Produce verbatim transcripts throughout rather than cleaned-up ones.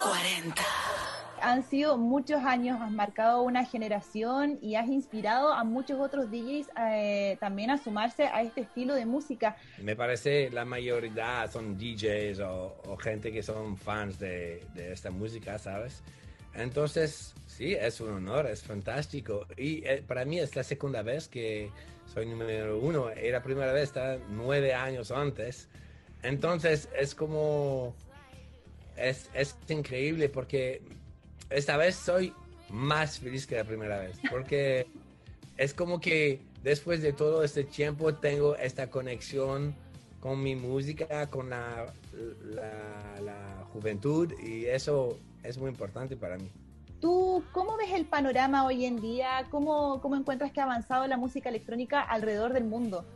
cuarenta. Han sido muchos años, has marcado una generación y has inspirado a muchos otros D Js eh, también a sumarse a este estilo de música. Me parece la mayoría son D Js o, o gente que son fans de, de esta música, ¿sabes? Entonces, sí, es un honor, es fantástico. Y eh, para mí es la segunda vez que soy número uno. Y la primera vez está nueve años antes. Entonces, es como... Es, es increíble porque esta vez soy más feliz que la primera vez. Porque es como que después de todo este tiempo tengo esta conexión con mi música, con la, la, la juventud, y eso es muy importante para mí. ¿Tú cómo ves el panorama hoy en día? ¿Cómo, cómo encuentras que ha avanzado la música electrónica alrededor del mundo?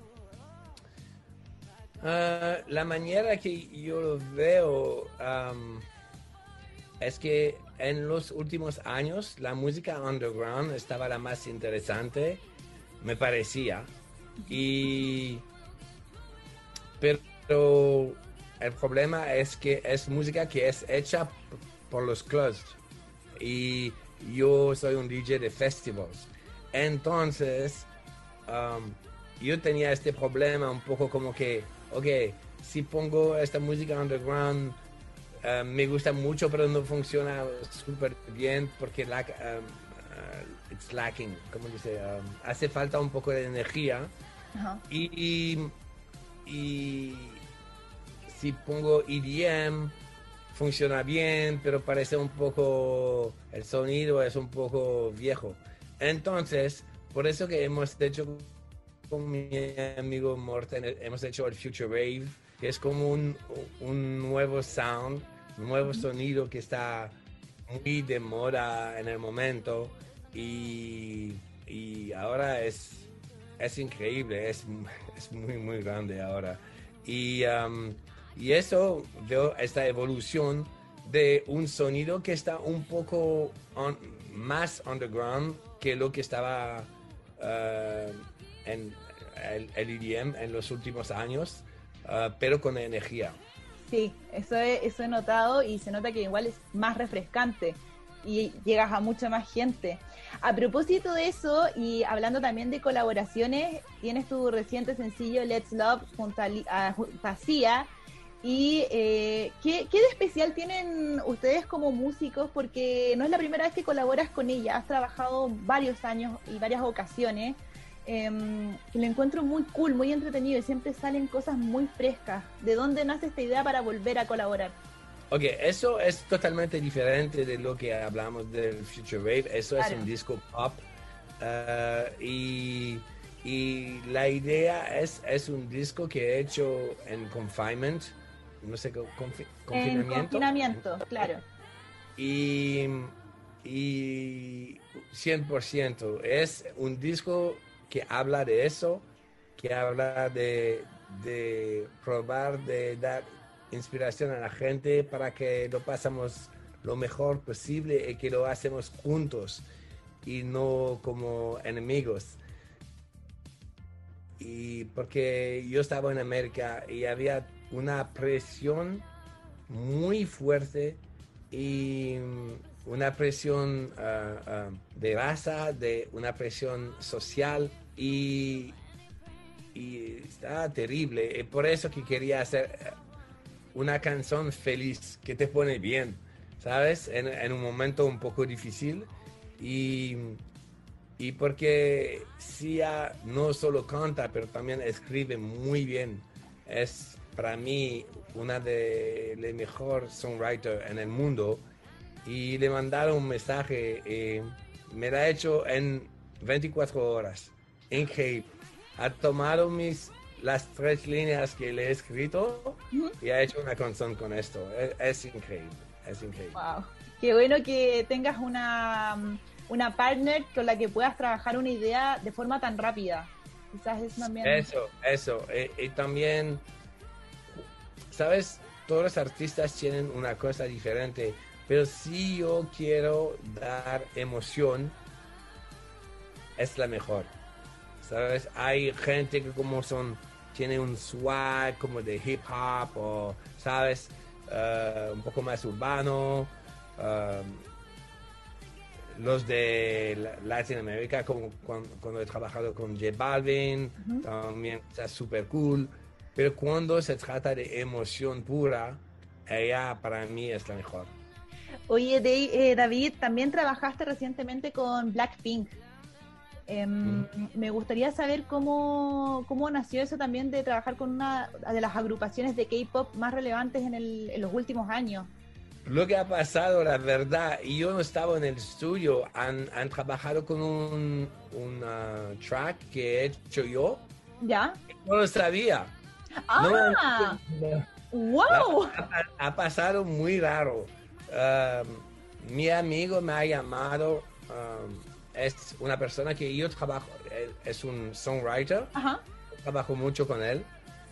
Uh, la manera que yo lo veo um, es que en los últimos años la música underground estaba la más interesante, me parecía. Y pero el problema es que es música que es hecha por los clubs y yo soy un D J de festivals. Entonces, um, yo tenía este problema un poco como que, ok, si pongo esta música underground, uh, me gusta mucho, pero no funciona súper bien porque la, um, uh, it's lacking, como dice, um, hace falta un poco de energía. Ajá. Y, y, y si pongo E D M, funciona bien, pero parece un poco, el sonido es un poco viejo. Entonces, por eso que hemos hecho con mi amigo Morten, hemos hecho el Future Rave, que es como un, un nuevo sound, un nuevo sonido que está muy de moda en el momento, y, y ahora es, es increíble, es, es muy, muy grande ahora. Y, um, y eso, veo esta evolución de un sonido que está un poco on, más underground que lo que estaba uh, en el, el E D M en los últimos años, uh, pero con energía. Sí, eso he, eso he notado y se nota que igual es más refrescante y llegas a mucha más gente. A propósito de eso, y hablando también de colaboraciones, tienes tu reciente sencillo Let's Love junto a, a, junto a Sia. Y eh, ¿qué, ¿qué de especial tienen ustedes como músicos? Porque no es la primera vez que colaboras con ella, has trabajado varios años y varias ocasiones. Eh, lo encuentro muy cool, muy entretenido y siempre salen cosas muy frescas. ¿De dónde nace esta idea para volver a colaborar? Ok, eso es totalmente diferente de lo que hablamos del Future Rave. Eso Claro. es un disco pop. Uh, y, y la idea es, es un disco que he hecho en confinement. No sé, confi En confinamiento. confinamiento, claro. Y, y cien por ciento es un disco que habla de eso, que habla de, de probar, de dar inspiración a la gente para que lo pasamos lo mejor posible y que lo hacemos juntos y no como enemigos. Y porque yo estaba en América y había una presión muy fuerte y una presión uh, uh, de raza, de una presión social, y, y está terrible. Y por eso que quería hacer una canción feliz que te pone bien, ¿sabes? En, en un momento un poco difícil. Y, y porque Sia no solo canta, pero también escribe muy bien. Es para mí una de las mejores songwriters en el mundo. Y le mandaron un mensaje, eh, me la ha hecho en veinticuatro horas. Increíble. Ha tomado mis, las tres líneas que le he escrito Uh-huh. y ha hecho una canción con esto. Es, es increíble, es increíble. Wow. Qué bueno que tengas una, una partner con la que puedas trabajar una idea de forma tan rápida. Quizás es también... Eso, eso. Y, y también, ¿sabes? Todos los artistas tienen una cosa diferente, pero si yo quiero dar emoción, es la mejor. ¿Sabes? Hay gente que como son, tiene un swag como de hip hop o, ¿sabes? Uh, un poco más urbano. um, los de Latinoamérica, como cuando, cuando he trabajado con J Balvin, uh-huh. también está súper cool. Pero cuando se trata de emoción pura, ella para mí es la mejor. Oye, Dave, eh, David, también trabajaste recientemente con Blackpink. Eh, mm. Me gustaría saber cómo, cómo nació eso también de trabajar con una de las agrupaciones de K-pop más relevantes en, el, en los últimos años. Lo que ha pasado, la verdad, y yo no estaba en el estudio, han, han trabajado con un, un uh, track que he hecho yo. ¿Ya? No lo sabía. ¡Ah! No, ¡wow! Ha, ha, ha pasado muy raro. Um, mi amigo me ha llamado, um, es una persona que yo trabajo, es un songwriter, ajá. Trabajo mucho con él,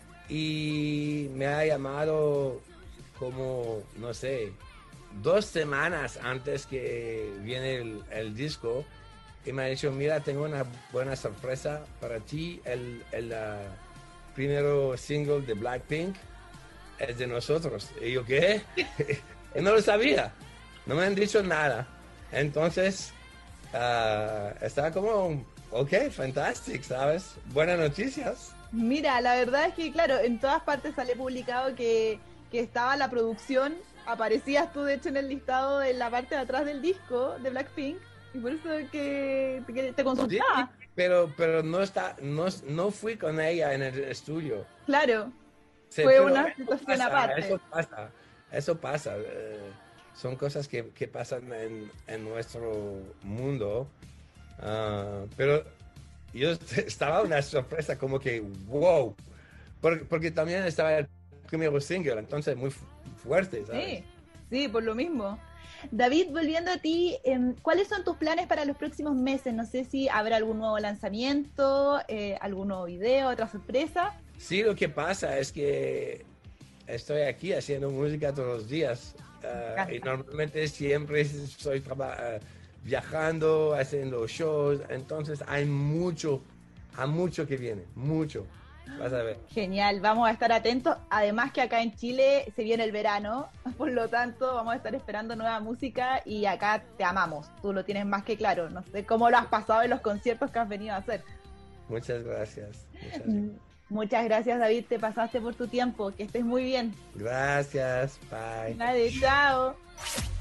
y me ha llamado como, no sé, dos semanas antes que viene el, el disco, y me ha dicho, mira, tengo una buena sorpresa para ti, el, el uh, primero single de Blackpink es de nosotros. Y yo, ¿qué? No lo sabía, no me han dicho nada. Entonces, uh, estaba como, ok, fantástico, ¿sabes? Buenas noticias. Mira, la verdad es que, claro, en todas partes sale publicado que, que estaba la producción, aparecías tú, de hecho, en el listado de la parte de atrás del disco de Blackpink, y por eso que, que te consultaba. Sí, pero, pero no, está, no, no fui con ella en el estudio. Claro, sí, fue una situación pasa, aparte. Eso pasa. Eso pasa, eh, son cosas que, que pasan en, en nuestro mundo, uh, pero yo estaba una sorpresa como que, wow, porque, porque también estaba el primer single, entonces muy fuerte, ¿sabes? Sí, sí, por lo mismo. David, volviendo a ti, eh, ¿cuáles son tus planes para los próximos meses? No sé si habrá algún nuevo lanzamiento, eh, algún nuevo video, otra sorpresa. Sí, lo que pasa es que estoy aquí haciendo música todos los días uh, y normalmente siempre estoy uh, viajando, haciendo shows, entonces hay mucho, hay mucho que viene, mucho, vas a ver. Genial, vamos a estar atentos, además que acá en Chile se viene el verano, por lo tanto vamos a estar esperando nueva música y acá te amamos, tú lo tienes más que claro, no sé cómo lo has pasado en los conciertos que has venido a hacer. Muchas gracias. Muchas gracias. Muchas gracias, David, te pasaste por tu tiempo, que estés muy bien. Gracias, bye. Vale, chao.